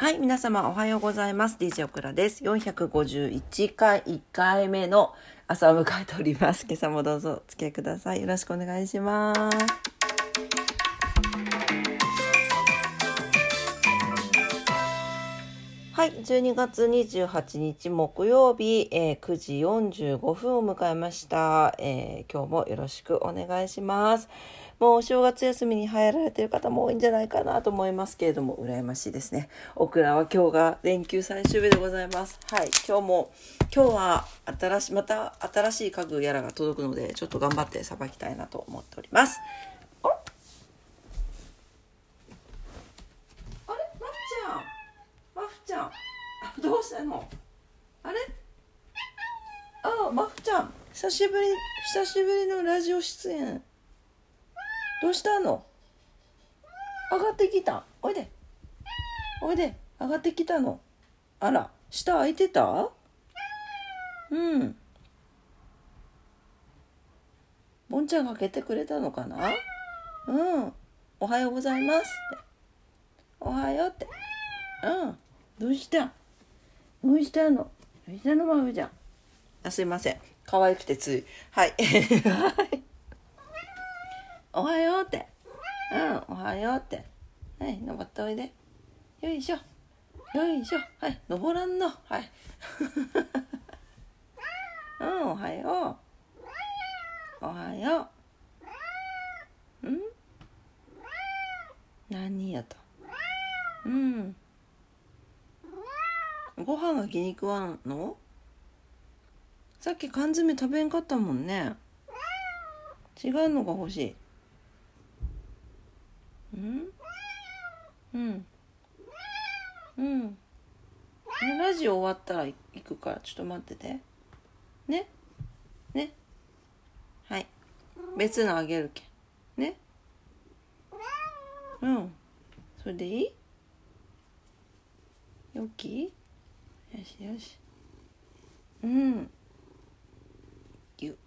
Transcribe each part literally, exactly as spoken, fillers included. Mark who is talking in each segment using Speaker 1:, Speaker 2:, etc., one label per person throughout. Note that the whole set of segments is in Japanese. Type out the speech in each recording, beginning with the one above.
Speaker 1: はい、皆様おはようございます。ディージェー オクラです。よんひゃくごじゅういちかい、いっかいめの朝を迎えております。今朝もどうぞお付き合いください。よろしくお願いします。はい、じゅうにがつにじゅうはちにち木曜日、えー、くじよんじゅうごふんを迎えました、えー。今日もよろしくお願いします。もうお正月休みに入られている方も多いんじゃないかなと思いますけれども、羨ましいですね。オクラは今日が連休最終日でございます。はい、今日も今日は新しまた新しい家具やらが届くので、ちょっと頑張ってさばきたいなと思っております。あれあれマフちゃんマフちゃんどうしたの？あれああマフちゃん久しぶり久しぶりのラジオ出演。どうしたの？上がってきた。おいでおいで上がってきたの。あら下開いてた？うんボンちゃんが開けてくれたのかな。うんおはようございますっておはようって。うんどうしたどうしたのどうしたのマフちゃん。あすいません可愛くてついはいおはようってうんおはようってはい登っておいでよいしょよいしょはい登らんのはいうんおはようおはようん何やとうんご飯が気に食わんの？さっき缶詰食べんかったもんね。違うのが欲しい。うんうんうんラジオ終わったら行くからちょっと待っててねねはい別のあげるけねうんそれでいいよきよしよしうんぎゅ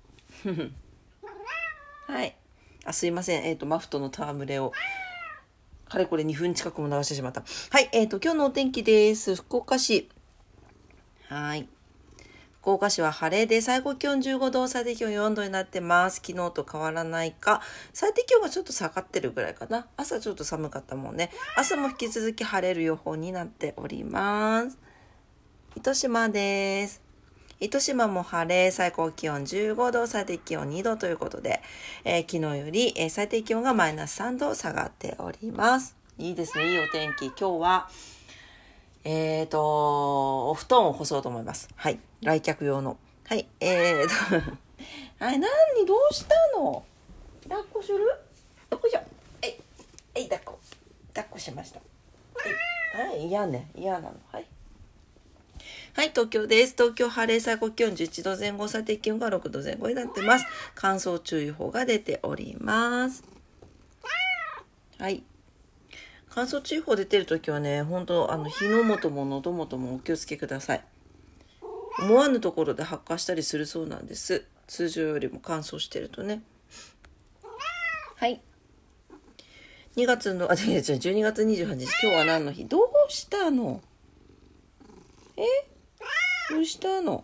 Speaker 1: はいあすいませんえっ、ー、とマフとの戯れをかれこれにふん近くも流してしまった。はい、えっ、ー、と、今日のお天気です。福岡市。はい。福岡市は晴れで最高気温じゅうごど、最低気温よんどになってます。昨日と変わらないか。最低気温がちょっと下がってるぐらいかな。朝ちょっと寒かったもんね。朝も引き続き晴れる予報になっております。糸島です。糸島も晴れ、最高気温じゅうごど、最低気温にどということで、えー、昨日より、えー、最低気温がマイナスさんど下がっております。いいですね、いいお天気。今日は、えーと、お布団を干そうと思います。はい、来客用の。はい、えーと、はい、何どうしたの？抱っこする？よいしょ。えい、えい、抱っこ。抱っこしました。はい、嫌ね、嫌なの。はい。はい、東京です。東京晴れ、最高気温じゅういちどぜん後、最低気温がろくどぜん後になってます。乾燥注意報が出ております。はい。乾燥注意報出てるときはね、本当あの火の元も喉元もお気をつけください。思わぬところで発火したりするそうなんです。通常よりも乾燥してるとね。はい。にがつの、あ、違う違う、じゅうにがつにじゅうはちにち、今日は何の日？どうしたの？え？どうしたの？ん？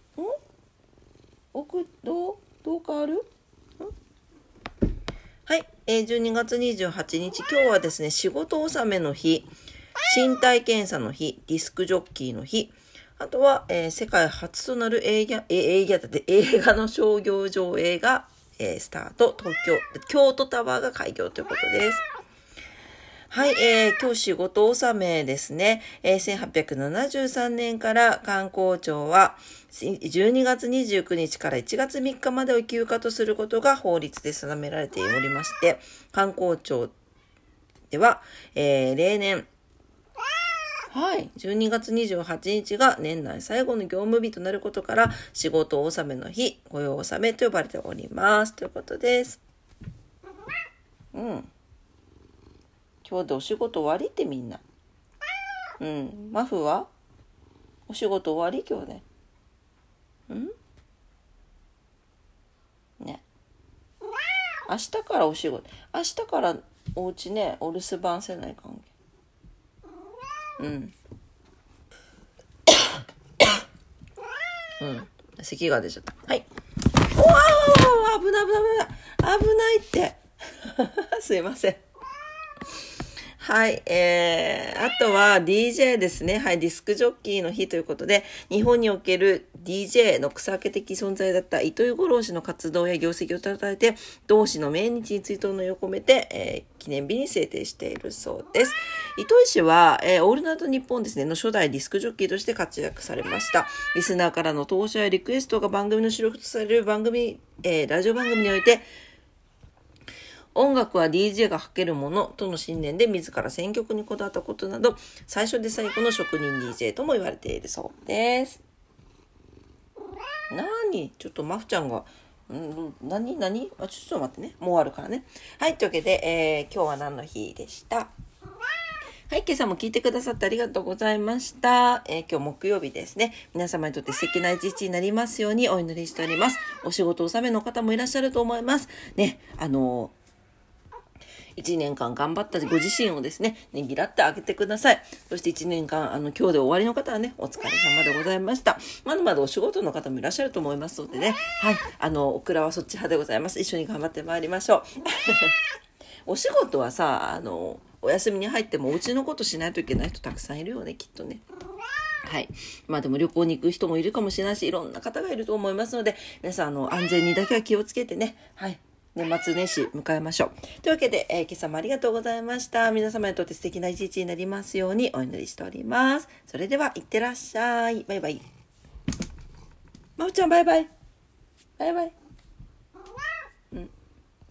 Speaker 1: 奥どうどうかある？はい、えー、じゅうにがつにじゅうはちにち、今日はですね、仕事納めの日、身体検査の日、ディスクジョッキーの日、あとは、えー、世界初となる映画、えー、映画だって映画の商業上映が、えー、スタート、東京、京都タワーが開業ということです。はい、えー、今日仕事納めですね、えー。せんはっぴゃくななじゅうさんねんから観光庁はじゅうにがつにじゅうくにちからいちがつみっかまでを休暇とすることが法律で定められておりまして、観光庁では、えー、例年、はい、じゅうにがつにじゅうはちにちが年内最後の業務日となることから、仕事納めの日、御用納めと呼ばれております。ということです。うん。今日でお仕事終わりってみんな。うん。マフはお仕事終わり今日ね。うんね。明日からお仕事。明日からお家ね、お留守番せない関係。 うん。うん。咳が出ちゃった。はい。おわー、危ない危ない危ない。危ないって。すいません。はい、えー、あとは ディージェー ですね。はい、ディスクジョッキーの日ということで、日本における ディージェー の草分け的存在だった糸井五郎氏の活動や業績をたたえて、同氏の命日に追悼の意を込めて、えー、記念日に制定しているそうです。糸井氏は、えー、オールナイトニッポンですね、の初代ディスクジョッキーとして活躍されました。リスナーからの投書やリクエストが番組の主力とされる番組、えー、ラジオ番組において、音楽は ディージェー がかけるものとの信念で自ら選曲にこだわったことなど、最初で最後の職人 ディージェー とも言われているそうです。なにちょっとマフちゃんが、ん何何あ、ちょっと待ってね。もう終わるからね。はい、というわけで、えー、今日は何の日でした。はい、今朝も聞いてくださってありがとうございました。えー、今日木曜日ですね。皆様にとって素敵な一日になりますようにお祈りしております。お仕事納めの方もいらっしゃると思います。ね、あのーいちねんかん頑張ったご自身をですね、ねぎらってあげてください。そしていちねんかん、あの、今日で終わりの方はね、お疲れ様でございました。まだまだお仕事の方もいらっしゃると思いますのでね、はい、あの、オクラはそっち派でございます。一緒に頑張ってまいりましょう。お仕事はさ、あの、お休みに入ってもお家のことしないといけない人たくさんいるよね、きっとね。はい。まあでも旅行に行く人もいるかもしれないし、いろんな方がいると思いますので、皆さん、あの、安全にだけは気をつけてね、はい。年末年始迎えましょう。というわけで、えー、今朝もありがとうございました。皆様にとって素敵な一日になりますようにお祈りしております。それでは、いってらっしゃい。バイバイ。まふちゃん、バイバイ。バイバイ。